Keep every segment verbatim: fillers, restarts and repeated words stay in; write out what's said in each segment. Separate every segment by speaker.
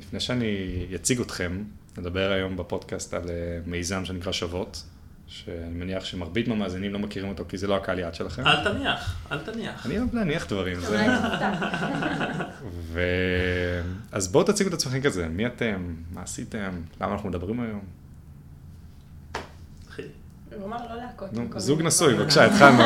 Speaker 1: לפני שאני אציג אתכם, נדבר היום בפודקאסט על מיזם שנקרא שוות, שאני מניח שמרבית מהמאזינים לא מכירים אותו, כי זה לא הקהל יעד שלכם.
Speaker 2: אל תניח, אל תניח.
Speaker 1: אני אוהב להניח דברים. אז בואו תציגו את עצמכם כזה, מי אתם, מה עשיתם, למה אנחנו מדברים היום?
Speaker 3: הוא אמר לא להקות.
Speaker 1: זוג נשוי, בבקשה, התחלנו.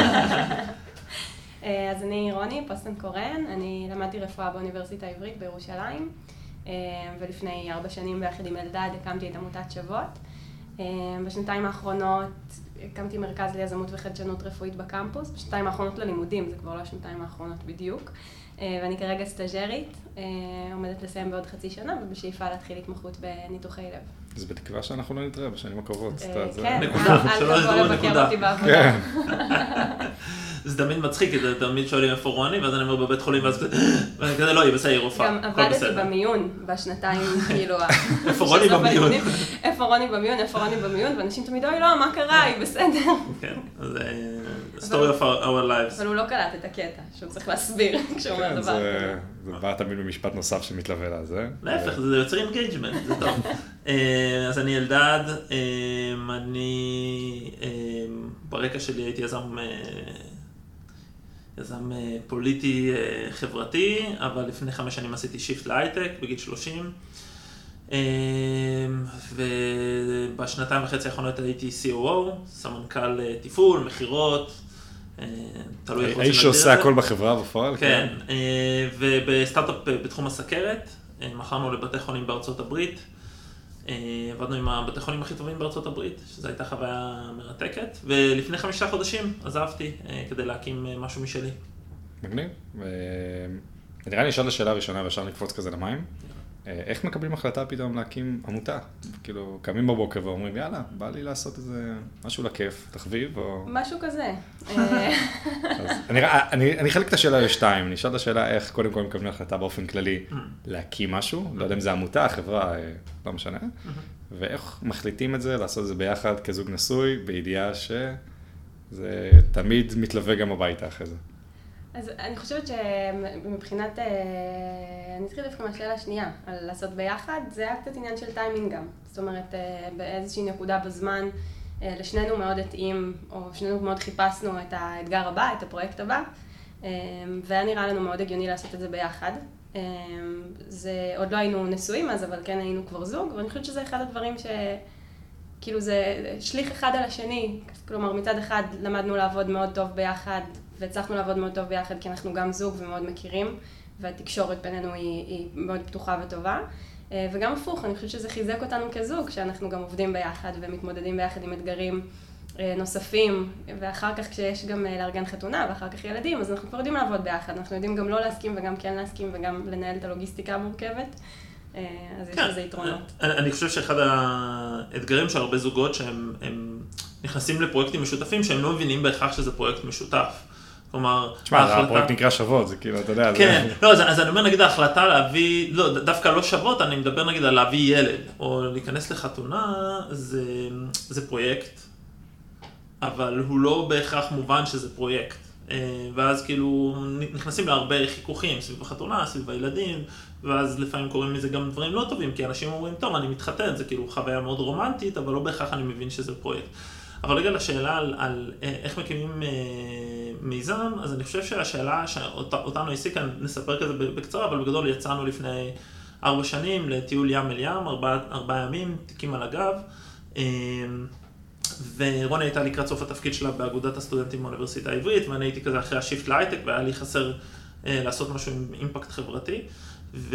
Speaker 3: אז אני רוני, פוסטן קורן, אני למדתי רפואה באוניברסיטה העברית בירושלים, ולפני ארבע שנים ביחד עם אלדד הקמתי את עמותת שוות. בשנתיים האחרונות הקמתי מרכז ליזמות וחדשנות רפואית בקמפוס, בשנתיים האחרונות ללימודים, זה כבר לא השנתיים האחרונות בדיוק, ואני כרגע סטאז'רית, עומדת לסיים בעוד חצי שנה, ובשאיפה להתחיל התמחות בניתוחי לב.
Speaker 1: אז בתקווה שאנחנו לא נתראה בשנים הקרובות.
Speaker 3: כן, אל תבוא לבקר אותי בעבודה.
Speaker 2: זה תמיד מצחיק, כי תמיד שואלים איפה רוני, ואז אני אומר בבית חולים, ואז כזה לא, היא בסדר, היא רופאה.
Speaker 3: גם עבדתי במיון בשנתיים, כאילו...
Speaker 2: איפה רוני במיון?
Speaker 3: איפה רוני במיון, איפה רוני במיון, ואנשים תמיד, אוי לא, מה קרה, היא בסדר.
Speaker 2: כן, זה story of our lives.
Speaker 3: אבל הוא לא קלט את הקטע, שהוא צריך להסביר כשהוא אומר דבר כזה.
Speaker 1: זה בא תמיד במשפט נוסף שמתלווה לזה.
Speaker 2: להפך, זה יוצר אינגייג'מנט, זה טוב. אז אני אלדד, אני ברקע שלי הייתי יזם יזם פוליטי חברתי, אבל לפני חמש שנים עשיתי שיפט להייטק בגיל שלושים, ובשנתיים וחצי האחרונות הייתי סי או או, סמנכ"ל תפעול, מחירות, תלוי איך רוצים להגדיר את זה.
Speaker 1: האיש שעושה הכל בחברה בפועל.
Speaker 2: כן, ובסטארט-אפ בתחום הסכרת, מכרנו לבתי חולים בארצות הברית, עבדנו עם הבתי חולים הכי טובים בארצות הברית, שזו הייתה חוויה מרתקת, ולפני חמישה חודשים עזבתי כדי להקים משהו משלי.
Speaker 1: מגניב. נראה לי נשאל לשאלה הראשונה ואפשר לקפוץ כזה למים. איך מקבלים החלטה פתאום להקים עמותה? כאילו, קמים בבוקר ואומרים, יאללה, בא לי לעשות איזה משהו לכיף, תחביב או...
Speaker 3: משהו כזה.
Speaker 1: אני אחלק את השאלה לשתיים, אני אשאל את השאלה איך קודם כל מקבלים החלטה באופן כללי להקים משהו, לא יודע אם זה עמותה, חברה, לא משנה, ואיך מחליטים את זה, לעשות את זה ביחד כזוג נשוי, בידיעה שזה תמיד מתלווה גם הביתה אחרי זה.
Speaker 3: אז אני חושבת שמבחינת, אני אתחיל דווקא מהשאלה השנייה, על לעשות ביחד, זה היה קצת עניין של טיימינג גם. זאת אומרת, באיזושהי נקודה בזמן, לשנינו מאוד התאים, או שנינו מאוד חיפשנו את האתגר הבא, את הפרויקט הבא, והיה נראה לנו מאוד הגיוני לעשות את זה ביחד. זה, עוד לא היינו נשואים אז, אבל כן היינו כבר זוג, ואני חושבת שזה אחד הדברים ש... כאילו זה שליח אחד על השני, כלומר מצד אחד למדנו לעבוד מאוד טוב ביחד, והצלחנו לעבוד מאוד טוב ביחד כי אנחנו גם זוג ומאוד מכירים, והתקשורת בינינו היא, היא מאוד פתוחה וטובה. וגם הפוך, אני חושבת שזה חיזק אותנו כזוג, שאנחנו גם עובדים ביחד ומתמודדים ביחד עם אתגרים נוספים, ואחר כך כשיש גם לארגן חתונה ואחר כך ילדים, אז אנחנו כבר יודעים לעבוד ביחד, אנחנו יודעים גם לא להסכים וגם כן להסכים וגם לנהל את הלוגיסטיקה המורכבת. אז יש לזה יתרונות.
Speaker 2: אני חושב שאחד האתגרים של הרבה זוגות שהם נכנסים לפרויקטים משותפים, שהם לא מבינים בהכרח שזה פרויקט משותף. כלומר,
Speaker 1: תשמע, הפרויקט נקרא שוות, זה כאילו, אתה יודע.
Speaker 2: כן, לא, אז אני אומר נגיד ההחלטה להביא, לא, דווקא לא שוות, אני מדבר נגיד על להביא ילד, או להיכנס לחתונה, זה פרויקט, אבל הוא לא בהכרח מובן שזה פרויקט. ואז כאילו נכנסים להרבה חיכוכים סביב החתונה, סביב הילדים, ואז לפעמים קוראים מזה גם דברים לא טובים, כי אנשים אומרים, טוב, אני מתחתן, זה כאילו חוויה מאוד רומנטית, אבל לא בהכרח אני מבין שזה פרויקט. אבל רגע לשאלה על, על איך מקימים אה, מיזם, אז אני חושב שהשאלה שאותנו העסיקה, נספר כזה בקצרה, אבל בגדול יצאנו לפני ארבע שנים לטיול ים אל ים, ארבע, ארבע ימים, תיקים על הגב, אה, ורוני הייתה לקראת סוף התפקיד שלה באגודת הסטודנטים באוניברסיטה העברית, ואני הייתי כזה אחרי השיפט להייטק, והיה לי חסר אה, לעשות משהו עם אימפקט חברתי, ו...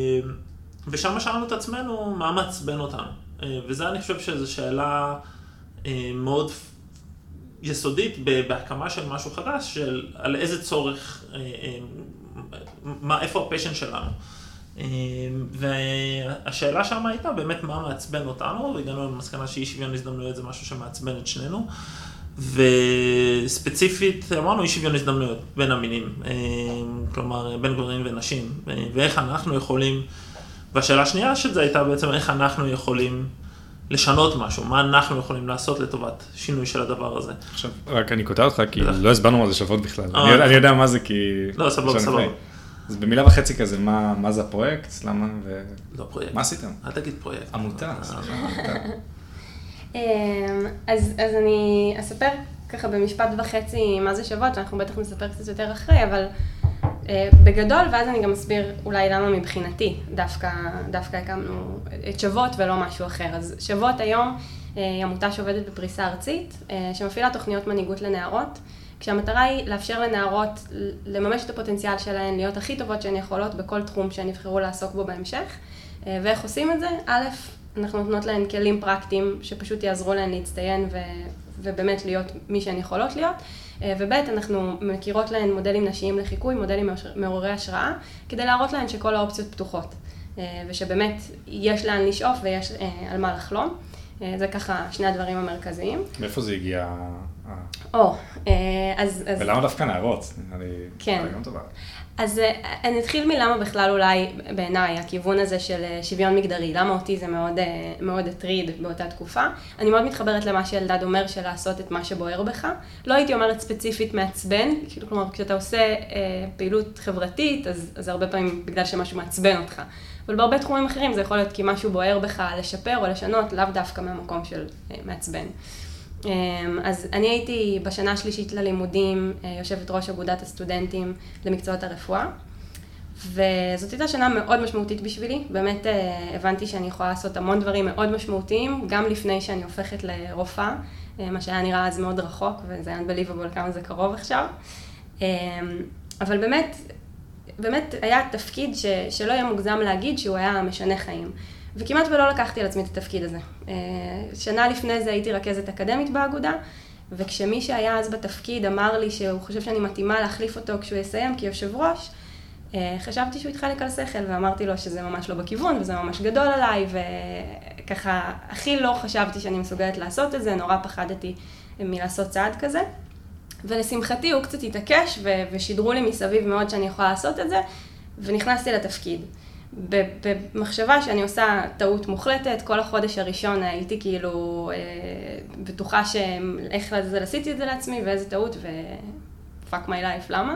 Speaker 2: ושם שאלנו את עצמנו מה מעצבן אותנו, אה, וזה אני חושב שזו שאלה אה, מאוד יסודית בהקמה של משהו חדש, של על איזה צורך, אה, אה, מה, איפה הפשן שלנו. והשאלה שם הייתה באמת מה מעצבן אותנו, והגענו למסקנה שאי שוויון הזדמנויות זה משהו שמעצבן את שנינו, וספציפית אמרנו אי שוויון הזדמנויות בין המינים, כלומר בין גברים ונשים, ואיך אנחנו יכולים, והשאלה השנייה של זה הייתה בעצם איך אנחנו יכולים לשנות משהו, מה אנחנו יכולים לעשות לטובת שינוי של הדבר הזה.
Speaker 1: עכשיו, רק אני קוטע אותך, כי לא הסברנו מה זה שוות בכלל. אני יודע מה זה, כי...
Speaker 2: לא, סבבה, סבבה.
Speaker 1: אז במילה וחצי כזה, מה, מה זה הפרויקט? למה? ו...
Speaker 2: לא פרויקט.
Speaker 1: מה עשיתם?
Speaker 2: אל תגיד פרויקט.
Speaker 1: עמותה, סליחה, עמותה.
Speaker 3: אז, אז אני אספר ככה במשפט וחצי מה זה שוות, ואנחנו בטח נספר קצת יותר אחרי, אבל בגדול, ואז אני גם אסביר אולי למה מבחינתי דווקא, דווקא הקמנו את שוות ולא משהו אחר. אז שוות היום היא עמותה שעובדת בפריסה ארצית, שמפעילה תוכניות מנהיגות לנערות, כשהמטרה היא לאפשר לנערות לממש את הפוטנציאל שלהן, להיות הכי טובות שהן יכולות בכל תחום שהן יבחרו לעסוק בו בהמשך. ואיך עושים את זה? א', אנחנו נותנות להן כלים פרקטיים שפשוט יעזרו להן להצטיין ו... ובאמת להיות מי שהן יכולות להיות. וב' אנחנו מכירות להן מודלים נשיים לחיקוי, מודלים מעוררי השראה, כדי להראות להן שכל האופציות פתוחות. ושבאמת יש להן לשאוף ויש על מה לחלום. זה ככה שני הדברים המרכזיים.
Speaker 1: מאיפה זה הגיע?
Speaker 3: או, אז...
Speaker 1: ולמה דווקא נערות?
Speaker 3: כן. אז אני אתחיל מלמה בכלל אולי בעיניי הכיוון הזה של שוויון מגדרי, למה אותי זה מאוד, מאוד הטריד באותה תקופה. אני מאוד מתחברת למה שאלדד אומר של לעשות את מה שבוער בך. לא הייתי אומרת ספציפית מעצבן, כלומר כשאתה עושה פעילות חברתית, אז, אז הרבה פעמים בגלל שמשהו מעצבן אותך. אבל בהרבה תחומים אחרים זה יכול להיות כי משהו בוער בך לשפר או לשנות, לאו דווקא מהמקום של מעצבן. אז אני הייתי בשנה השלישית ללימודים, יושבת ראש אגודת הסטודנטים למקצועות הרפואה, וזאת הייתה שנה מאוד משמעותית בשבילי, באמת הבנתי שאני יכולה לעשות המון דברים מאוד משמעותיים, גם לפני שאני הופכת לרופאה, מה שהיה נראה אז מאוד רחוק, וזה היה unbelievable כמה זה קרוב עכשיו, אבל באמת, באמת היה תפקיד ש, שלא היה מוגזם להגיד שהוא היה משנה חיים. וכמעט ולא לקחתי על עצמי את התפקיד הזה. שנה לפני זה הייתי רכזת אקדמית באגודה, וכשמי שהיה אז בתפקיד אמר לי שהוא חושב שאני מתאימה להחליף אותו כשהוא יסיים כיושב ראש, חשבתי שהוא התחלק על שכל, ואמרתי לו שזה ממש לא בכיוון, וזה ממש גדול עליי, וככה הכי לא חשבתי שאני מסוגלת לעשות את זה, נורא פחדתי מלעשות צעד כזה. ולשמחתי הוא קצת התעקש, ושידרו לי מסביב מאוד שאני יכולה לעשות את זה, ונכנסתי לתפקיד. במחשבה שאני עושה טעות מוחלטת, כל החודש הראשון הייתי כאילו בטוחה שאיך לזה עשיתי את זה לעצמי ואיזה טעות ופאק מי לייף, למה?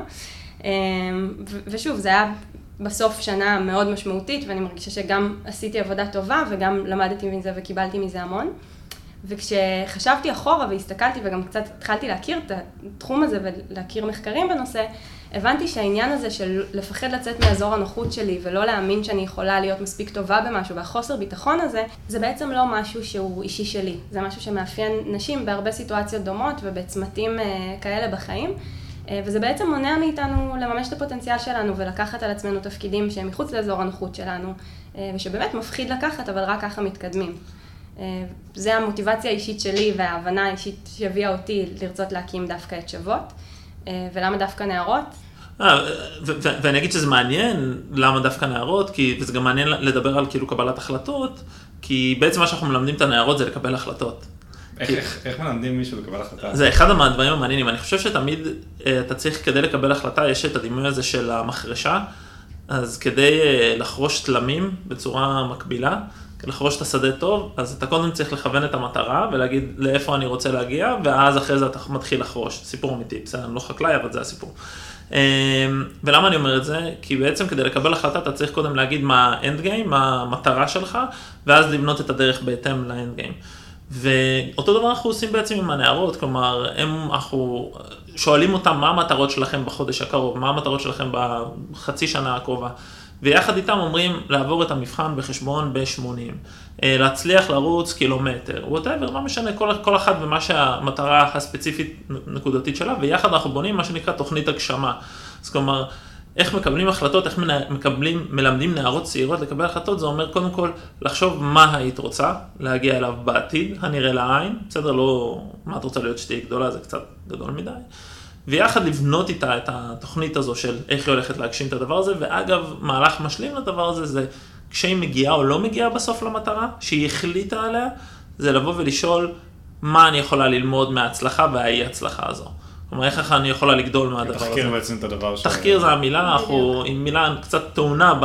Speaker 3: ושוב, זה היה בסוף שנה מאוד משמעותית ואני מרגישה שגם עשיתי עבודה טובה וגם למדתי מזה וקיבלתי מזה המון. וכשחשבתי אחורה והסתכלתי וגם קצת התחלתי להכיר את התחום הזה ולהכיר מחקרים בנושא, הבנתי שהעניין הזה של לפחד לצאת מאזור הנוחות שלי ולא להאמין שאני יכולה להיות מספיק טובה במשהו, והחוסר ביטחון הזה, זה בעצם לא משהו שהוא אישי שלי. זה משהו שמאפיין נשים בהרבה סיטואציות דומות ובצמתים כאלה בחיים, וזה בעצם מונע מאיתנו לממש את הפוטנציאל שלנו ולקחת על עצמנו תפקידים שהם מחוץ לאזור הנוחות שלנו, ושבאמת מפחיד לקחת, אבל רק ככה מתקדמים. זה המוטיבציה האישית שלי וההבנה האישית שהביאה אותי לרצות להקים דווקא את שוות. ולמה דווקא נערות?
Speaker 2: ואני אגיד שזה מעניין למה דווקא נערות, כי זה גם מעניין לדבר על כאילו קבלת החלטות, כי בעצם מה שאנחנו מלמדים את הנערות זה לקבל החלטות.
Speaker 1: איך מלמדים מישהו לקבל החלטה?
Speaker 2: זה אחד מהדברים המעניינים. אני חושב שתמיד אתה צריך כדי לקבל החלטה, יש את הדימוי הזה של המחרשה, אז כדי לחרוש תלמים בצורה מקבילה, לחרוש את השדה טוב, אז אתה קודם צריך לכוון את המטרה ולהגיד לאיפה אני רוצה להגיע, ואז אחרי זה אתה מתחיל לחרוש. סיפור אמיתי, בסדר, אני לא חקלאי, אבל זה הסיפור. ולמה אני אומר את זה? כי בעצם כדי לקבל החלטה, אתה צריך קודם להגיד מה האנד גיים, מה המטרה שלך, ואז לבנות את הדרך בהתאם לאנד גיים. ואותו דבר אנחנו עושים בעצם עם הנערות, כלומר, הם, אנחנו שואלים אותם מה המטרות שלכם בחודש הקרוב, מה המטרות שלכם בחצי שנה הקרובה. ויחד איתם אומרים לעבור את המבחן בחשבון ב-שמונים, להצליח לרוץ קילומטר, whatever, לא משנה, כל, כל אחד ומה שהמטרה הספציפית נקודתית שלה, ויחד אנחנו בונים מה שנקרא תוכנית הגשמה. אז כלומר, איך מקבלים החלטות, איך מקבלים, מלמדים נערות צעירות לקבל החלטות, זה אומר קודם כל לחשוב מה היית רוצה להגיע אליו בעתיד, הנראה לעין, בסדר, לא מה את רוצה להיות שתהיה גדולה, זה קצת גדול מדי. ויחד לבנות איתה את התוכנית הזו של איך היא הולכת להגשים את הדבר הזה, ואגב, מהלך משלים לדבר הזה, זה כשהיא מגיעה או לא מגיעה בסוף למטרה, שהיא החליטה עליה, זה לבוא ולשאול מה אני יכולה ללמוד מההצלחה והאי הצלחה הזו. כלומר, איך אני יכולה לגדול מהדבר הזה.
Speaker 1: תחקיר בעצם את הדבר ש...
Speaker 2: תחקיר זה המילה, אנחנו עם מילה קצת טעונה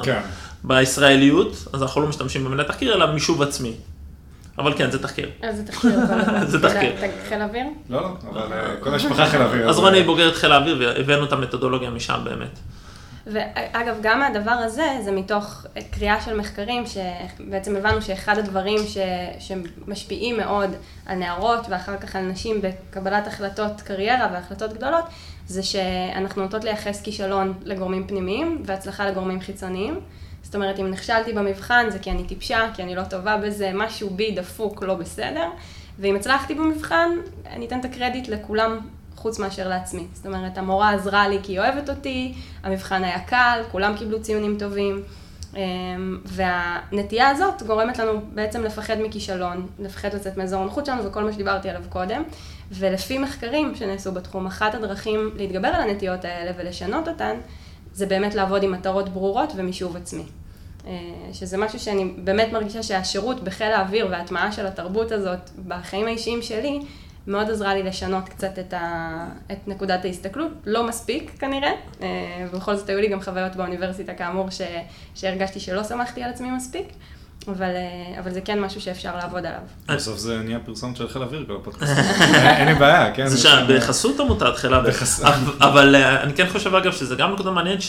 Speaker 2: בישראליות, אז אנחנו לא משתמשים במילה תחקיר, אלא מישוב עצמי. אבל כן, זה תחקיר.
Speaker 3: אז זה תחקיר.
Speaker 2: זה תחקיר.
Speaker 3: חיל האוויר?
Speaker 1: לא, לא, אבל כל המשפחה חיל האוויר.
Speaker 2: אז רוני בוגרת חיל האוויר, והבאנו את המתודולוגיה משם באמת.
Speaker 3: ואגב, גם הדבר הזה, זה מתוך קריאה של מחקרים, שבעצם הבנו שאחד הדברים ש... שמשפיעים מאוד על נערות, ואחר כך על נשים בקבלת החלטות קריירה והחלטות גדולות, זה שאנחנו נוטות לייחס כישלון לגורמים פנימיים, והצלחה לגורמים חיצוניים. זאת אומרת, אם נכשלתי במבחן, זה כי אני טיפשה, כי אני לא טובה בזה, משהו בי דפוק לא בסדר, ואם הצלחתי במבחן, אני אתן את הקרדיט לכולם, חוץ מאשר לעצמי. זאת אומרת, המורה עזרה לי כי היא אוהבת אותי, המבחן היה קל, כולם קיבלו ציונים טובים, והנטייה הזאת גורמת לנו בעצם לפחד מכישלון, לפחד לצאת מאזור הנוחות שלנו וכל מה שדיברתי עליו קודם, ולפי מחקרים שנעשו בתחום, אחת הדרכים להתגבר על הנטיות האלה ולשנות אותן, זה באמת לעבוד עם מטרות ברורות ומישוב עצמי. שזה משהו שאני באמת מרגישה שהשירות בחיל האוויר וההטמעה של התרבות הזאת בחיים האישיים שלי, מאוד עזרה לי לשנות קצת את, ה... את נקודת ההסתכלות, לא מספיק כנראה, ובכל זאת היו לי גם חוויות באוניברסיטה כאמור ש... שהרגשתי שלא שמחתי על עצמי מספיק, אבל, אבל זה כן משהו שאפשר לעבוד עליו. בסוף
Speaker 1: זה נהיה פרסומת של חיל האוויר, כל הפודקאסט. אין לי בעיה, כן?
Speaker 2: זה שם, בחסות עמותת חיל האוויר. אבל אני כן חושב אגב שזה גם נקודה מעניינת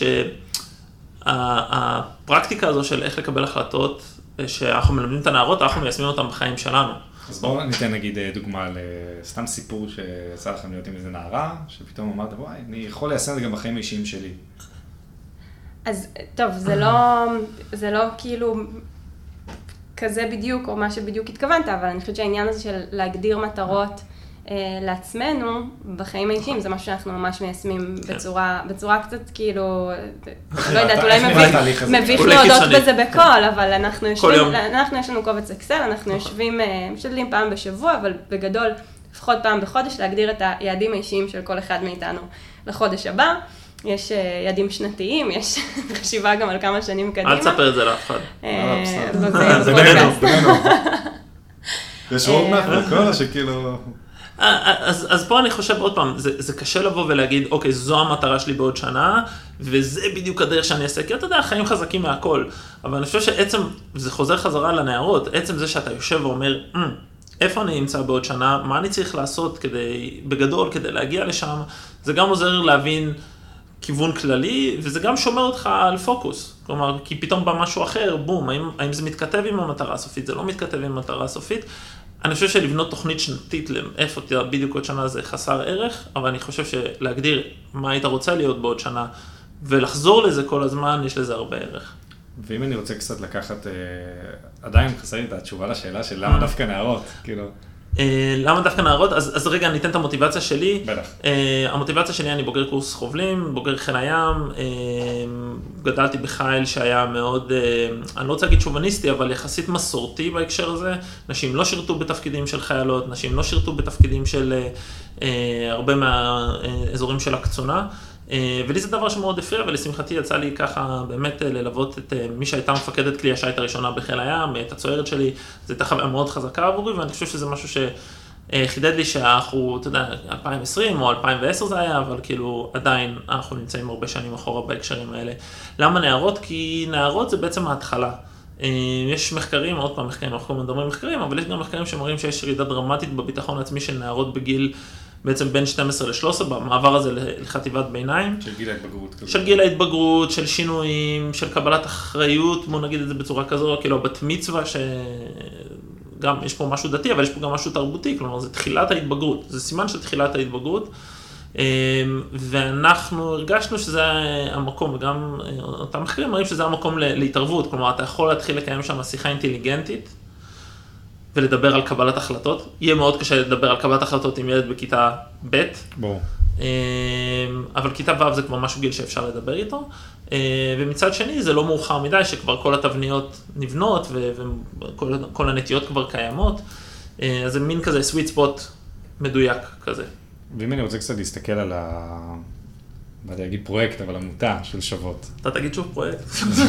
Speaker 2: שהפרקטיקה הזו של איך לקבל החלטות, שאנחנו מלמדים את הנערות, אנחנו מיישמים אותם בחיים שלנו.
Speaker 1: אז בואו ניתן נגיד דוגמה לסתם סיפור שעשה לכם להיות עם איזה נערה, שפתאום אמרת, וואי, אני יכול ליישם את זה גם בחיים האישיים שלי.
Speaker 3: אז טוב, זה לא, זה לא כאילו כזה בדיוק, או מה שבדיוק התכוונת, אבל אני חושבת שהעניין הזה של להגדיר מטרות לעצמנו בחיים האישיים, זה משהו שאנחנו ממש מיישמים בצורה, בצורה קצת כאילו, לא יודעת, אולי מביך להודות בזה בכל, אבל אנחנו יושבים, אנחנו יש לנו קובץ אקסל, אנחנו יושבים, משתדלים פעם בשבוע, אבל בגדול, לפחות פעם בחודש, להגדיר את היעדים האישיים של כל אחד מאיתנו לחודש הבא. יש יעדים שנתיים, יש חשיבה גם על כמה שנים קדימה.
Speaker 2: אל תספר את זה לאף אחד.
Speaker 1: זה בינינו, בינינו. יש רוב מאחורי כל שכאילו...
Speaker 2: אז, אז פה אני חושב עוד פעם, זה, זה קשה לבוא ולהגיד, אוקיי, זו המטרה שלי בעוד שנה, וזה בדיוק הדרך שאני אעשה, כי אתה יודע, חיים חזקים מהכל, אבל אני חושב שעצם, זה חוזר חזרה לנערות, עצם זה שאתה יושב ואומר, mm, איפה אני אמצא בעוד שנה, מה אני צריך לעשות כדי, בגדול, כדי להגיע לשם, זה גם עוזר להבין כיוון כללי, וזה גם שומר אותך על פוקוס, כלומר, כי פתאום בא משהו אחר, בום, האם, האם זה מתכתב עם המטרה הסופית, זה לא מתכתב עם המטרה הסופית, אני חושב שלבנות תוכנית שנתית לאיפה תהיה בדיוק עוד שנה זה חסר ערך, אבל אני חושב שלהגדיר מה היית רוצה להיות בעוד שנה, ולחזור לזה כל הזמן, יש לזה הרבה ערך.
Speaker 1: ואם אני רוצה קצת לקחת, עדיין חסר לי את התשובה לשאלה של למה דווקא נערות, כאילו...
Speaker 2: למה דווקא נערות? אז, אז רגע, אני אתן את המוטיבציה שלי.
Speaker 1: בטח.
Speaker 2: המוטיבציה שלי, אני בוגר קורס חובלים, בוגר חיל הים, גדלתי בחיל שהיה מאוד, אני לא רוצה להגיד שוביניסטי, אבל יחסית מסורתי בהקשר הזה. נשים לא שירתו בתפקידים של חיילות, נשים לא שירתו בתפקידים של הרבה מהאזורים של הקצונה. ולי זה דבר שמאוד הפריע, ולשמחתי יצא לי ככה באמת ללוות את מי שהייתה מפקדת כלי השיט הראשונה בחיל הים, את הצוערת שלי, זו הייתה חוויה מאוד חזקה עבורי, ואני חושב שזה משהו שחידד לי שאנחנו, אתה יודע, אלפיים ועשרים או אלפיים ועשר זה היה, אבל כאילו עדיין אנחנו נמצאים הרבה שנים אחורה בהקשרים האלה. למה נערות? כי נערות זה בעצם ההתחלה. יש מחקרים, עוד פעם מחקרים, אנחנו מדברים מחקרים, אבל יש גם מחקרים שמראים שיש ירידה דרמטית בביטחון העצמי של נערות בגיל בעצם בין שתים עשרה ל-שלוש עשרה, במעבר הזה לחטיבת ביניים.
Speaker 1: של גיל ההתבגרות.
Speaker 2: של גיל ההתבגרות, של שינויים, של קבלת אחריות, בוא נגיד את זה בצורה כזו, כאילו הבת מצווה, שגם יש פה משהו דתי, אבל יש פה גם משהו תרבותי, כלומר זה תחילת ההתבגרות, זה סימן של תחילת ההתבגרות, ואנחנו הרגשנו שזה המקום, וגם אותם מחקרים מראים שזה המקום להתערבות, כלומר אתה יכול להתחיל לקיים שם שיחה אינטליגנטית, ולדבר על קבלת החלטות. יהיה מאוד קשה לדבר על קבלת החלטות עם ילד בכיתה ב'.
Speaker 1: בוא.
Speaker 2: אבל כיתה ו' זה כבר משהו גיל שאפשר לדבר איתו. ומצד שני זה לא מאוחר מדי שכבר כל התבניות נבנות וכל הנטיות כבר קיימות. אז זה מין כזה sweet spot מדויק כזה.
Speaker 1: ואם אני רוצה קצת להסתכל על ה... באתי להגיד פרויקט, אבל עמותה של שוות.
Speaker 2: אתה תגיד שוב פרויקט.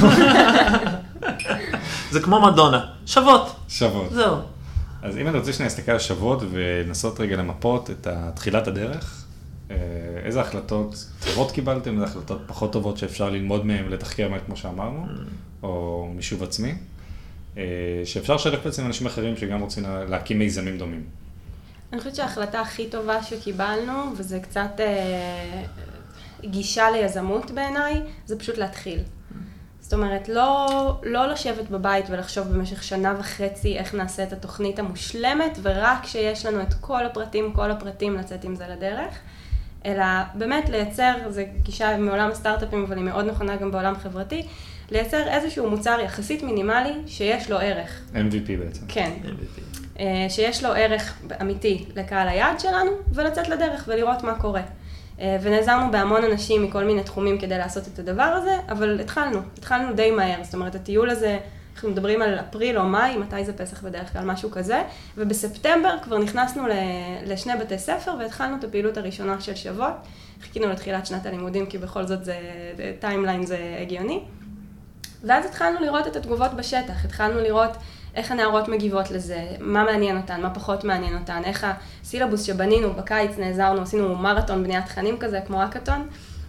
Speaker 2: זה כמו מדונה. שוות.
Speaker 1: שוות.
Speaker 2: זהו.
Speaker 1: אז אם אני רוצה שאני אסתכל על שוות ולנסות רגע למפות את תחילת הדרך, איזה החלטות טובות קיבלתם, איזה החלטות פחות טובות שאפשר ללמוד מהן, לתחקר מהן כמו שאמרנו, או מישוב עצמי, שאפשר לשלב בעצם אנשים אחרים שגם רוצים להקים מיזמים דומים.
Speaker 3: אני חושבת שההחלטה הכי טובה שקיבלנו, וזה קצת גישה ליזמות בעיניי, זה פשוט להתחיל. זאת אומרת, לא, לא לשבת בבית ולחשוב במשך שנה וחצי איך נעשה את התוכנית המושלמת, ורק שיש לנו את כל הפרטים, כל הפרטים לצאת עם זה לדרך, אלא באמת לייצר, זו גישה מעולם הסטארט-אפים, אבל היא מאוד נכונה גם בעולם חברתי, לייצר איזשהו מוצר יחסית מינימלי שיש לו ערך.
Speaker 1: אם וי פי בעצם.
Speaker 3: כן. שיש לו ערך אמיתי לקהל היעד שלנו, ולצאת לדרך ולראות מה קורה. ונעזרנו בהמון אנשים מכל מיני תחומים כדי לעשות את הדבר הזה, אבל התחלנו, התחלנו די מהר. זאת אומרת, הטיול הזה, אנחנו מדברים על אפריל או מאי, מתי זה פסח בדרך כלל, משהו כזה, ובספטמבר כבר נכנסנו לשני בתי ספר, והתחלנו את הפעילות הראשונה של שוות. חיכינו לתחילת שנת הלימודים, כי בכל זאת זה, טיימליין זה הגיוני. ואז התחלנו לראות את התגובות בשטח, התחלנו לראות איך הנערות מגיבות לזה, מה מעניין אותן, מה פחות מעניין אותן, איך הסילבוס שבנינו בקיץ נעזרנו, עשינו מרתון בניית תכנים כזה, כמו הקטון,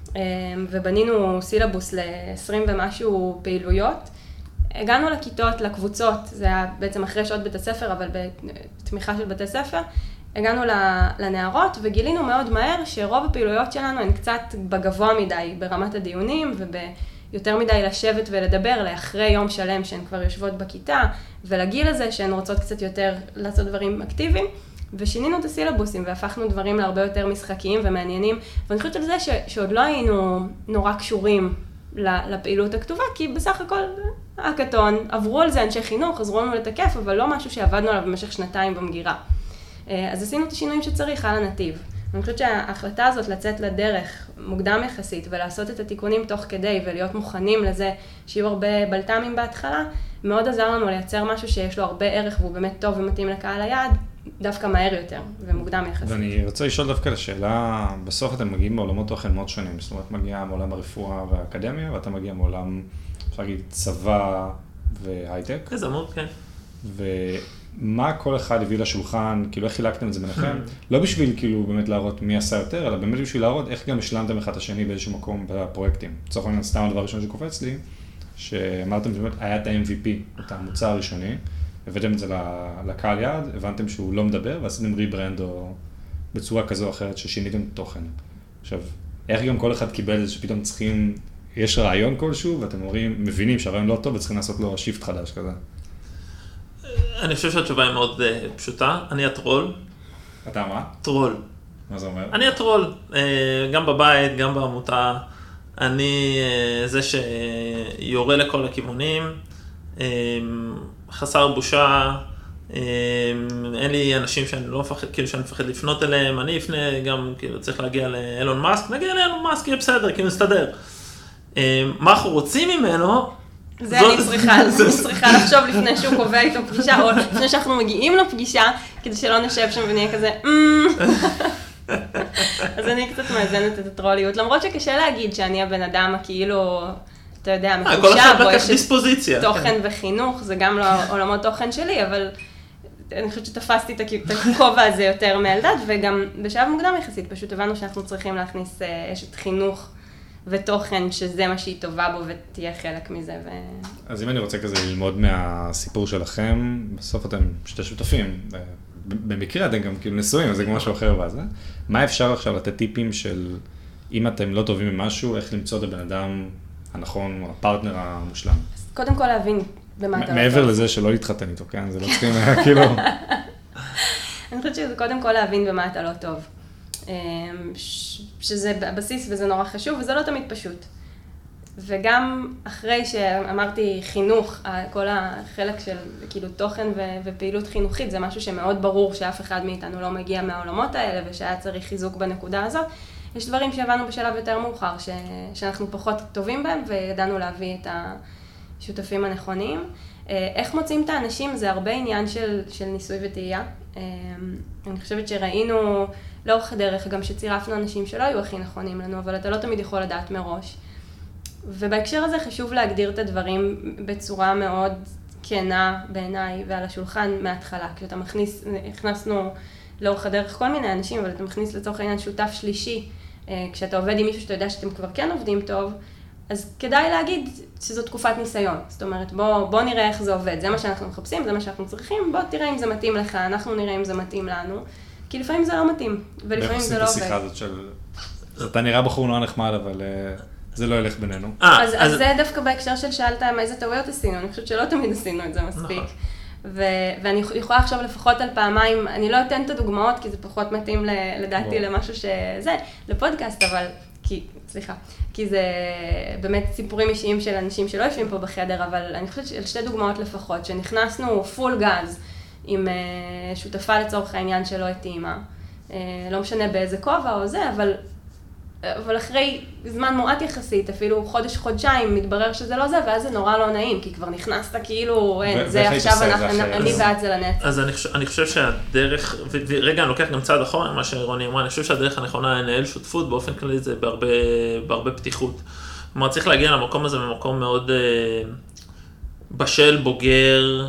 Speaker 3: ובנינו סילבוס ל-עשרים ומשהו פעילויות. הגענו לכיתות, לקבוצות, זה היה בעצם אחרי שעות בית הספר, אבל בתמיכה של בתי ספר, הגענו לנערות וגילינו מאוד מהר שרוב הפעילויות שלנו הן קצת בגבוה מדי ברמת הדיונים וב... יותר מדי לשבת ולדבר לאחרי יום שלם שהן כבר יושבות בכיתה, ולגיל הזה שהן רוצות קצת יותר לעשות דברים אקטיביים, ושינינו את הסילבוסים והפכנו דברים להרבה יותר משחקיים ומעניינים, ואני חושבת על זה ש, שעוד לא היינו נורא קשורים לפעילות הכתובה, כי בסך הכל הקטון, עברו על זה אנשי חינוך, עזרו לנו לתקף, אבל לא משהו שעבדנו עליו במשך שנתיים במגירה. אז עשינו את השינויים שצריך על הנתיב. אני חושבת שההחלטה הזאת לצאת לדרך מוקדם יחסית ולעשות את התיקונים תוך כדי ולהיות מוכנים לזה שיהיו הרבה בלת"מים בהתחלה, מאוד עזר לנו לייצר משהו שיש לו הרבה ערך והוא באמת טוב ומתאים לקהל היעד, דווקא מהר יותר ומוקדם יחסית.
Speaker 1: ואני רוצה לשאול דווקא לשאלה, בסוף אתם מגיעים מעולמות תוכן מאוד שונים, זאת אומרת מגיע מעולם הרפואה והאקדמיה ואתה מגיע מעולם, אפשר להגיד, צבא והייטק.
Speaker 2: יזמות, כן.
Speaker 1: ו... מה כל אחד הביא לשולחן, כאילו איך חילקתם את זה ביניכם, לא בשביל כאילו באמת להראות מי עשה יותר, אלא באמת בשביל להראות איך גם השלמתם אחד את השני באיזשהו מקום בפרויקטים. לצורך העניין, סתם הדבר הראשון שקופץ לי, שאמרתם שבאמת היה את ה-אם וי פי, את המוצר הראשוני, הבאתם את זה לקהל יעד, הבנתם שהוא לא מדבר, ועשיתם ריברנד או בצורה כזו או אחרת ששיניתם תוכן. עכשיו, איך גם כל אחד קיבל את זה שפתאום צריכים, יש רעיון כלשהו, ואתם אומרים, מבינים שהרעיון לא טוב וצריכים לעשות לו שיפט חדש כזה.
Speaker 2: אני חושב שהתשובה היא מאוד uh, פשוטה, אני הטרול.
Speaker 1: אתה מה?
Speaker 2: טרול.
Speaker 1: מה זה אומר?
Speaker 2: אני הטרול, uh, גם בבית, גם בעמותה. אני uh, זה שיורה לכל הכיוונים, uh, חסר בושה, uh, אין לי אנשים שאני לא מפחד, כאילו שאני מפחד לפנות אליהם, אני אפנה גם, כאילו צריך להגיע לאלון מאסק, נגיע לאלון מאסק, יהיה בסדר, כאילו נסתדר. Uh, מה אנחנו רוצים ממנו?
Speaker 3: זה אני צריכה, אני צריכה לחשוב לפני שהוא קובע איתו פגישה, או לפני שאנחנו מגיעים לפגישה, כדי שלא נשב שם ונהיה כזה, אז אני קצת מאזנת את הטרוליות, למרות שקשה להגיד שאני הבן אדם הכאילו, אתה יודע, מקושה, בו יש תוכן וחינוך, זה גם לא עולמות תוכן שלי, אבל אני חושבת שתפסתי את הכובע הזה יותר מאלדד, וגם בשלב מוקדם יחסית, פשוט הבנו שאנחנו צריכים להכניס אשת חינוך, ותוכן שזה מה שהיא טובה בו ותהיה חלק מזה. ו...
Speaker 1: אז אם אני רוצה כזה ללמוד מהסיפור שלכם, בסוף אתם שתי שותפים, במקרה אתם גם כאילו נשואים, אז זה כמו משהו אחר וזה. מה אפשר עכשיו לתת טיפים של אם אתם לא טובים במשהו, איך למצוא את הבן אדם הנכון, או הפרטנר המושלם?
Speaker 3: אז קודם כל להבין במה אתה לא טוב.
Speaker 1: מעבר לזה שלא להתחתן איתו, כן? זה לא צריכים כאילו...
Speaker 3: אני חושבת שזה קודם כל להבין במה אתה לא טוב. שזה הבסיס וזה נורא חשוב, וזה לא תמיד פשוט. וגם אחרי שאמרתי חינוך, כל החלק של כאילו תוכן ופעילות חינוכית, זה משהו שמאוד ברור שאף אחד מאיתנו לא מגיע מהעולמות האלה, ושהיה צריך חיזוק בנקודה הזאת. יש דברים שהבנו בשלב יותר מאוחר, ש... שאנחנו פחות טובים בהם, וידענו להביא את השותפים הנכונים. איך מוצאים את האנשים? זה הרבה עניין של, של ניסוי וטעייה. אני חושבת שראינו לאורך הדרך, גם שצירפנו אנשים שלא היו הכי נכונים לנו, אבל אתה לא תמיד יכול לדעת מראש. ובהקשר הזה חשוב להגדיר את הדברים בצורה מאוד כנה בעיניי ועל השולחן מההתחלה. כשאתה מכניס, הכנסנו לאורך הדרך כל מיני אנשים, אבל אתה מכניס לצורך העניין שותף שלישי, כשאתה עובד עם מישהו שאתה יודע שאתם כבר כן עובדים טוב, אז כדאי להגיד שזו תקופת ניסיון. זאת אומרת, בוא, בוא נראה איך זה עובד. זה מה שאנחנו מחפשים, זה מה שאנחנו צריכים. בוא תראה אם זה מתאים לך, אנחנו נראה אם זה מתאים לנו. כי לפעמים זה לא מתאים, ולפעמים זה לא עובד.
Speaker 1: איך עושים את השיחה הזאת של אתה נראה בחור נורא נחמד, אבל זה לא ילך בינינו.
Speaker 3: אז זה דווקא בהקשר של שאלת איזה טעויות עשינו, אני חושבת שלא תמיד עשינו את זה מספיק. ואני יכולה עכשיו לפחות על פעמיים, אני לא אתן את הדוגמאות, כי זה פחות מתאים לדעתי למשהו שזה, לפודקאסט, אבל, כי, סליחה, כי זה באמת סיפורים אישיים של אנשים שלא יושבים פה בחדר, אבל אני חושבת של שתי דוגמאות לפחות, שנכנסנו פול גז עם שותפה לצורך העניין שלא התאימה, לא משנה באיזה כובע או זה, אבל... אבל אחרי זמן מועט יחסית, אפילו חודש, חודשיים, מתברר שזה לא זה, ואז זה נורא לא נעים, כי כבר נכנסת כאילו, זה עכשיו אני ואת זה לנצח. אז
Speaker 2: אני חושב שהדרך, ורגע, אני לוקח גם צעד אחורה, מה שרוני אמרה, אני חושב שהדרך הנכונה לנהל שותפות, באופן כללי זה בהרבה פתיחות. כלומר, צריך להגיע למקום הזה במקום מאוד בשל, בוגר,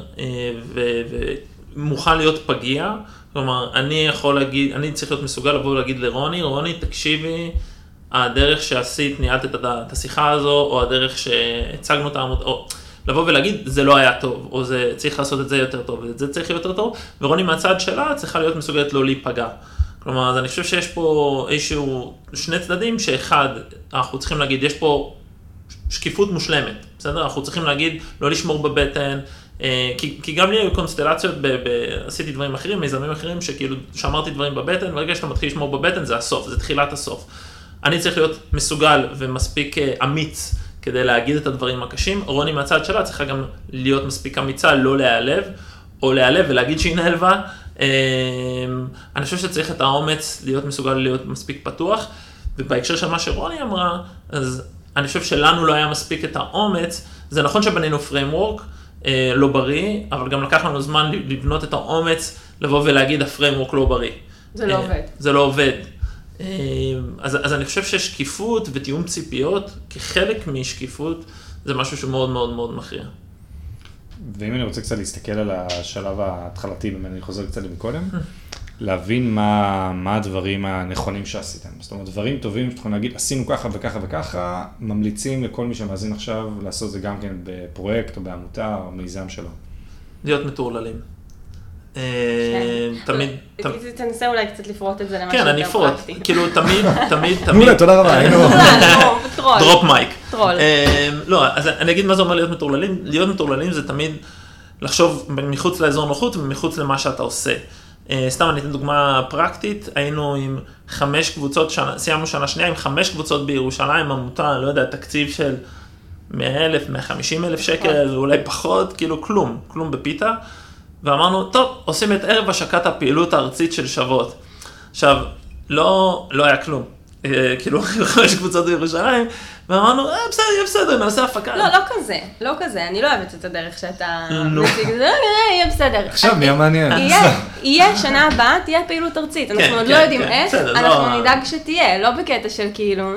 Speaker 2: ומוכן להיות פגיע. כלומר, אני יכול להגיד, אני צריך להיות מסוגל לבוא ולהגיד לרוני, רוני, תקשיבי, הדרך שעשית, ניהלת את השיחה הזו, או הדרך שהצגנו את העמוד, או לבוא ולהגיד, זה לא היה טוב, או זה צריך לעשות את זה יותר טוב, וזה צריך להיות יותר טוב, ורוני מהצד שלה צריכה להיות מסוגלת לא להיפגע. כלומר, אז אני חושב שיש פה איזשהו שני צדדים, שאחד, אנחנו צריכים להגיד, יש פה שקיפות מושלמת, בסדר? אנחנו צריכים להגיד, לא לשמור בבטן, כי, כי גם לי היו קונסטלציות, ב, ב, עשיתי דברים אחרים, מיזמים אחרים, שכאילו, שאמרתי דברים בבטן, וברגע שאתה מתחיל לשמור בבטן, זה הסוף, זה תחילת הסוף. אני צריך להיות מסוגל ומספיק אמיץ כדי להגיד את הדברים הקשים. רוני מהצד שלה צריכה גם להיות מספיק אמיצה, לא להיעלב, או להיעלב ולהגיד שהיא נעלבה. אני חושב שצריך את האומץ להיות מסוגל להיות מספיק פתוח, ובהקשר של מה שרוני אמרה, אז אני חושב שלנו לא היה מספיק את האומץ. זה נכון שבנינו framework, לא בריא, אבל גם לקח לנו זמן לבנות את האומץ, לבוא ולהגיד הפריימוורק לא בריא.
Speaker 3: זה לא עובד.
Speaker 2: זה לא עובד. אז, אז אני חושב ששקיפות ותיאום ציפיות, כחלק משקיפות, זה משהו שמאוד מאוד מאוד מכריע.
Speaker 1: ואם אני רוצה קצת להסתכל על השלב ההתחלתי, אם אני חוזר קצת מקודם, להבין מה, מה הדברים הנכונים שעשיתם. זאת אומרת, דברים טובים שאתם יכולים להגיד, עשינו ככה וככה וככה, ממליצים לכל מי שמאזין עכשיו לעשות זה גם כן בפרויקט או בעמותה או מיזם שלו.
Speaker 2: להיות מטורללים. תמיד...
Speaker 3: תנסה אולי קצת לפרוט את זה למשהו
Speaker 2: יותר פרקטי. כן, אני אפרוט. כאילו, תמיד, תמיד, תמיד...
Speaker 1: מעולה, תודה רבה, היינו...
Speaker 2: דרופ מייק.
Speaker 3: טרול.
Speaker 2: לא, אז אני אגיד מה זה אומר להיות מטורללים. להיות מטורללים זה תמיד לחשוב מחוץ לאזור נוחות ומחוץ למה שאתה עושה. סתם אני אתן דוגמה פרקטית, היינו עם חמש קבוצות, סיימנו שנה שנייה עם חמש קבוצות בירושלים, עמותה, לא יודע, תקציב של מאה אלף, מאה וחמישים אלף שקל, אולי פחות, כאילו כלום, כלום בפיתה, ואמרנו, טוב, עושים את ערב השקת הפעילות הארצית של שוות. עכשיו, לא, לא היה כלום. כאילו, חמש קבוצות בירושלים, ואמרנו, אה, בסדר, יהיה בסדר, נעשה הפקה.
Speaker 3: לא, לא כזה, לא כזה, אני לא אוהבת את הדרך שאתה מציג, זה יהיה בסדר.
Speaker 1: עכשיו, נהיה מעניין.
Speaker 3: יהיה, שנה הבאה, תהיה פעילות ארצית, אנחנו עוד לא יודעים איך, אנחנו נדאג שתהיה, לא בקטע של כאילו,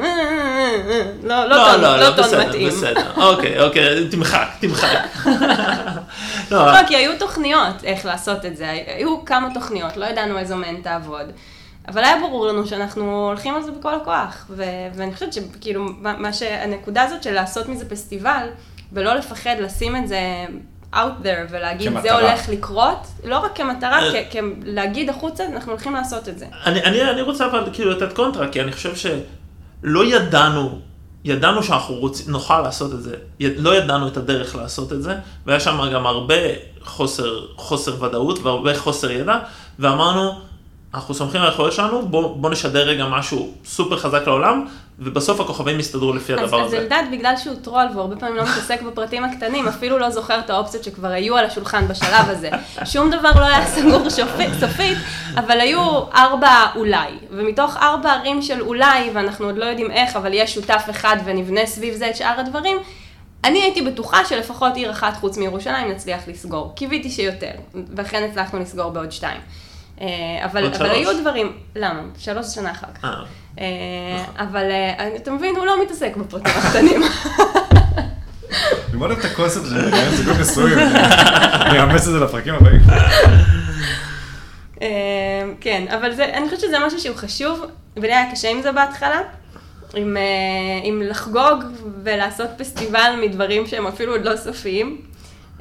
Speaker 3: לא טון מתאים.
Speaker 2: בסדר, אוקיי, אוקיי, תמחק, תמחק.
Speaker 3: לא, כי היו תוכניות איך לעשות את זה, היו כמה תוכניות, לא ידענו איזו מהן תעבוד. אבל היה ברור לנו שאנחנו הולכים על זה בכל הכוח, ו- ואני חושבת שכאילו, מה שהנקודה הזאת של לעשות מזה פסטיבל, ולא לפחד לשים את זה out there, ולהגיד
Speaker 1: כמטרה.
Speaker 3: זה הולך לקרות, לא רק כמטרה, כ- להגיד החוצה, אנחנו הולכים לעשות את זה.
Speaker 2: אני, אני, אני רוצה אבל כאילו לתת קונטרה, כי אני חושב שלא ידענו, ידענו שאנחנו רוצים, נוכל לעשות את זה, לא ידענו את הדרך לעשות את זה, והיה שם גם הרבה חוסר, חוסר ודאות, והרבה חוסר ידע, ואמרנו, אנחנו סומכים על היכולת שלנו, בוא, בוא נשדר רגע משהו סופר חזק לעולם, ובסוף הכוכבים יסתדרו לפי הדבר
Speaker 3: אז,
Speaker 2: הזה.
Speaker 3: אז אלדד, בגלל שהוא טרול, והרבה פעמים לא מתעסק בפרטים הקטנים, אפילו לא זוכר את האופציות שכבר היו על השולחן בשלב הזה. שום דבר לא היה סגור שופט, סופית, אבל היו ארבע אולי. ומתוך ארבע ערים של אולי, ואנחנו עוד לא יודעים איך, אבל יש שותף אחד ונבנה סביב זה את שאר הדברים, אני הייתי בטוחה שלפחות עיר אחת חוץ מירושלים נצליח לסגור. קיוויתי שיותר, ואכן הצלחנו לסגור בעוד שתיים. אבל, אבל היו דברים, למה? שלוש שנה אחר כך. אבל אתה מבין, הוא לא מתעסק בפרטים הקטנים.
Speaker 1: אני מאוד אוהב את הקונספט הזה, זה כל נשוי, אני אאמץ את זה לפרקים הבאים.
Speaker 3: כן, אבל אני חושבת שזה משהו שהוא חשוב, ולי היה קשה עם זה בהתחלה, עם לחגוג ולעשות פסטיבל מדברים שהם אפילו עוד לא סופיים.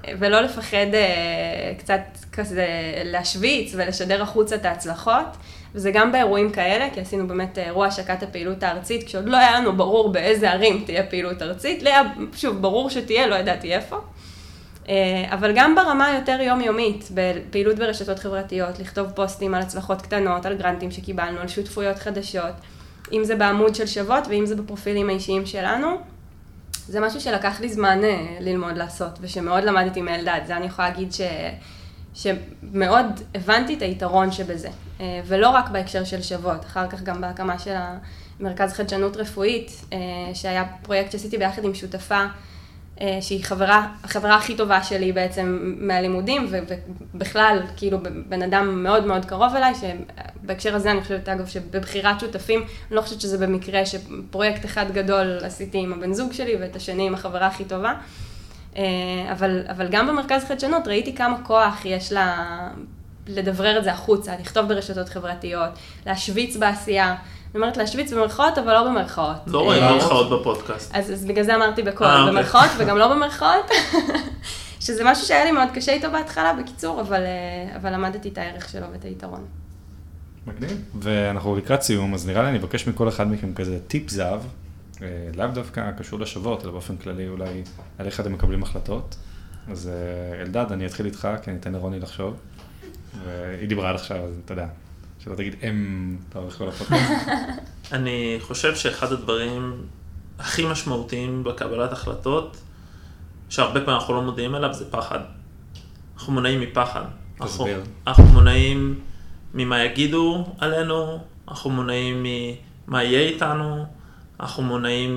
Speaker 3: ולא לפחד קצת כזה להשוויץ ולשדר החוצה את ההצלחות. וזה גם באירועים כאלה, כי עשינו באמת אירוע השקת הפעילות הארצית, כשעוד לא היה לנו ברור באיזה ערים תהיה פעילות ארצית, לי היה שוב ברור שתהיה, לא ידעתי איפה. אבל גם ברמה יותר יומיומית, בפעילות ברשתות חברתיות, לכתוב פוסטים על הצלחות קטנות, על גרנטים שקיבלנו, על שותפויות חדשות, אם זה בעמוד של שוות ואם זה בפרופילים האישיים שלנו, זה משהו שלקח לי זמן ללמוד לעשות, ושמאוד למדתי מאלדד. זה אני יכולה להגיד ש... שמאוד הבנתי את היתרון שבזה, ולא רק בהקשר של שוות, אחר כך גם בהקמה של המרכז חדשנות רפואית, שהיה פרויקט שעשיתי ביחד עם שותפה, שהיא חברה, החברה הכי טובה שלי בעצם מהלימודים, ובכלל, כאילו, בן אדם מאוד מאוד קרוב אליי, שבהקשר הזה אני חושבת, אגב, שבבחירת שותפים, אני לא חושבת שזה במקרה שפרויקט אחד גדול עשיתי עם הבן זוג שלי, ואת השני עם החברה הכי טובה, אבל, אבל גם במרכז חדשנות ראיתי כמה כוח יש לה לדברר את זה החוצה, לכתוב ברשתות חברתיות, להשוויץ בעשייה. אני אומרת להשוויץ במרכאות, אבל לא במרכאות.
Speaker 2: לא רואים במרכאות בפודקאסט.
Speaker 3: אז, אז בגלל זה אמרתי בכל, במרכאות וגם לא במרכאות, שזה משהו שהיה לי מאוד קשה איתו בהתחלה, בקיצור, אבל, אבל למדתי את הערך שלו ואת היתרון.
Speaker 1: מגניב. ואנחנו לקראת סיום, אז נראה לי אני אבקש מכל אחד מכם כזה טיפ זהב, לאו דווקא קשור לשוות, אלא באופן כללי אולי על איך אתם מקבלים החלטות. אז אלדד, אני אתחיל איתך, כי אני אתן לרוני לחשוב. והיא דיברה עד עכשיו, אז אתה יודע, שלא תגיד אם אתה הולך כל הפודקאסט.
Speaker 2: אני חושב שאחד הדברים הכי משמעותיים בקבלת החלטות, שהרבה פעמים אנחנו לא מודעים אליו, זה פחד. אנחנו מונעים מפחד.
Speaker 1: תסביר.
Speaker 2: אנחנו מונעים ממה יגידו עלינו, אנחנו מונעים ממה יהיה איתנו, אנחנו מונעים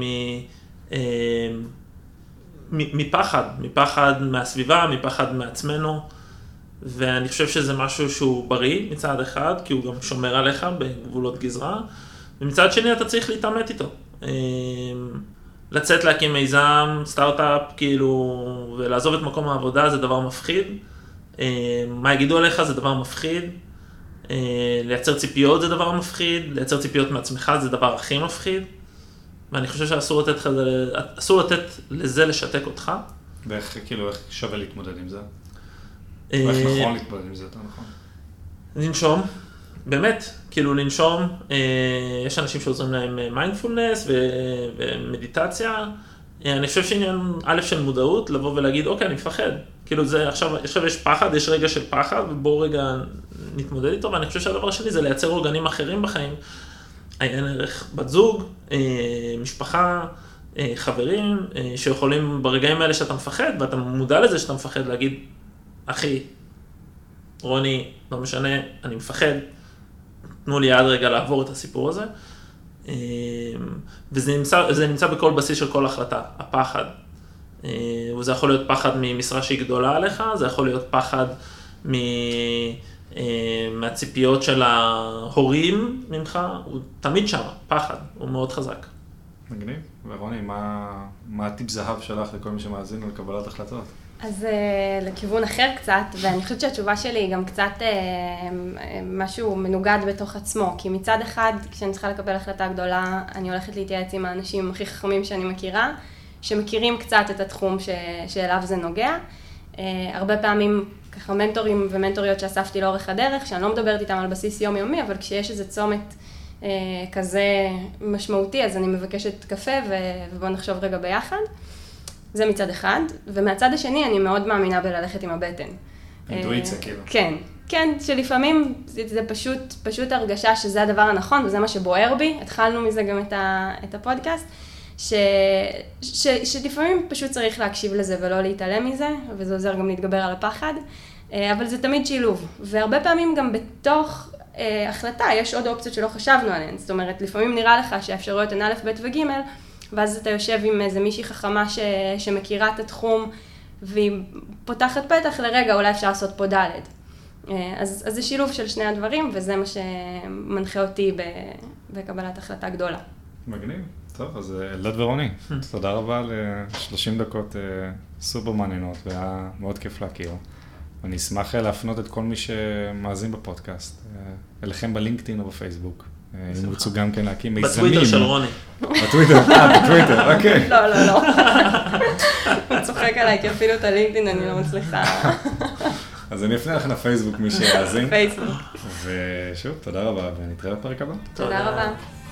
Speaker 2: מפחד, מפחד מהסביבה, מפחד מעצמנו, ואני חושב שזה משהו שהוא בריא מצד אחד, כי הוא גם שומר עליך בגבולות גזרה, ומצד שני אתה צריך להתאמת איתו. לצאת להקים מיזם, סטארט-אפ, כאילו, ולעזוב את מקום העבודה זה דבר מפחיד, מה יגידו עליך זה דבר מפחיד, לייצר ציפיות זה דבר מפחיד, לייצר ציפיות מעצמך זה דבר הכי מפחיד, ואני חושב שאסור לתת, אסור לתת לזה לשתק אותך.
Speaker 1: ואיך, כאילו, איך שווה להתמודד עם זה? או איך נכון להתמודד עם זה, יותר נכון?
Speaker 2: לנשום, באמת, כאילו לנשום, יש אנשים שעוזרים להם מיינדפולנס ומדיטציה, אני חושב שעניין א' של מודעות, לבוא ולהגיד, אוקיי, אני מפחד, כאילו זה, עכשיו, עכשיו יש פחד, יש רגע של פחד, ובואו רגע נתמודד איתו, ואני חושב שהדבר שלי זה לייצר אורגנים אחרים בחיים, אין ערך בת זוג, משפחה, חברים, שיכולים ברגעים האלה שאתה מפחד, ואתה מודע לזה שאתה מפחד להגיד, אחי, רוני, לא משנה, אני מפחד, תנו לי עד רגע לעבור את הסיפור הזה, וזה נמצא, זה נמצא בכל בסיס של כל החלטה, הפחד. וזה יכול להיות פחד ממשרה שהיא גדולה עליך, זה יכול להיות פחד מ... מהציפיות של ההורים ממך, הוא תמיד שם, פחד, הוא מאוד חזק.
Speaker 1: מגניב. ורוני, מה, מה הטיפ זהב שלך לכל מי שמאזין לקבלת החלטות?
Speaker 3: אז לכיוון אחר קצת, ואני חושבת שהתשובה שלי היא גם קצת משהו מנוגד בתוך עצמו, כי מצד אחד, כשאני צריכה לקבל החלטה גדולה, אני הולכת להתייעץ עם האנשים הכי חכמים שאני מכירה, שמכירים קצת את התחום ש... שאליו זה נוגע. הרבה פעמים ככה מנטורים ומנטוריות שאספתי לאורך הדרך, שאני לא מדברת איתם על בסיס יומיומי, אבל כשיש איזה צומת כזה משמעותי, אז אני מבקשת קפה ובואו נחשוב רגע ביחד. זה מצד אחד, ומהצד השני אני מאוד מאמינה בללכת עם הבטן.
Speaker 1: אינטואיציה כאילו.
Speaker 3: כן, כן, שלפעמים זה פשוט, פשוט הרגשה שזה הדבר הנכון, וזה מה שבוער בי, התחלנו מזה גם את, ה, את הפודקאסט, ש, ש, שלפעמים פשוט צריך להקשיב לזה ולא להתעלם מזה, וזה עוזר גם להתגבר על הפחד, אבל זה תמיד שילוב, והרבה פעמים גם בתוך החלטה יש עוד אופציות שלא חשבנו עליהן, זאת אומרת, לפעמים נראה לך שהאפשרויות הן א', ב' וג', ואז אתה יושב עם איזה מישהי חכמה ש... שמכירה את התחום, והיא פותחת פתח לרגע, אולי אפשר לעשות פה ד'. אז, אז זה שילוב של שני הדברים, וזה מה שמנחה אותי ב... בקבלת החלטה גדולה.
Speaker 1: מגניב. טוב, אז אלדד ורוני, תודה רבה ל-שלושים דקות סופר מעניינות, והיה מאוד כיף להכיר. אני אשמח להפנות את כל מי שמאזין בפודקאסט, אליכם בלינקדאין או בפייסבוק. אם רוצו גם כן להקים מיזמים.
Speaker 2: בטוויטר של רוני.
Speaker 1: בטוויטר, אה, בטוויטר, אוקיי.
Speaker 3: לא, לא, לא. הוא צוחק עליי, כי אפילו את הלינקדאין אני לא מצליחה.
Speaker 1: אז אני אפנה לכם לפייסבוק, מי שיאזין.
Speaker 3: פייסבוק.
Speaker 1: ושוב, תודה רבה, ונתראה בפרק הבא.
Speaker 3: תודה רבה.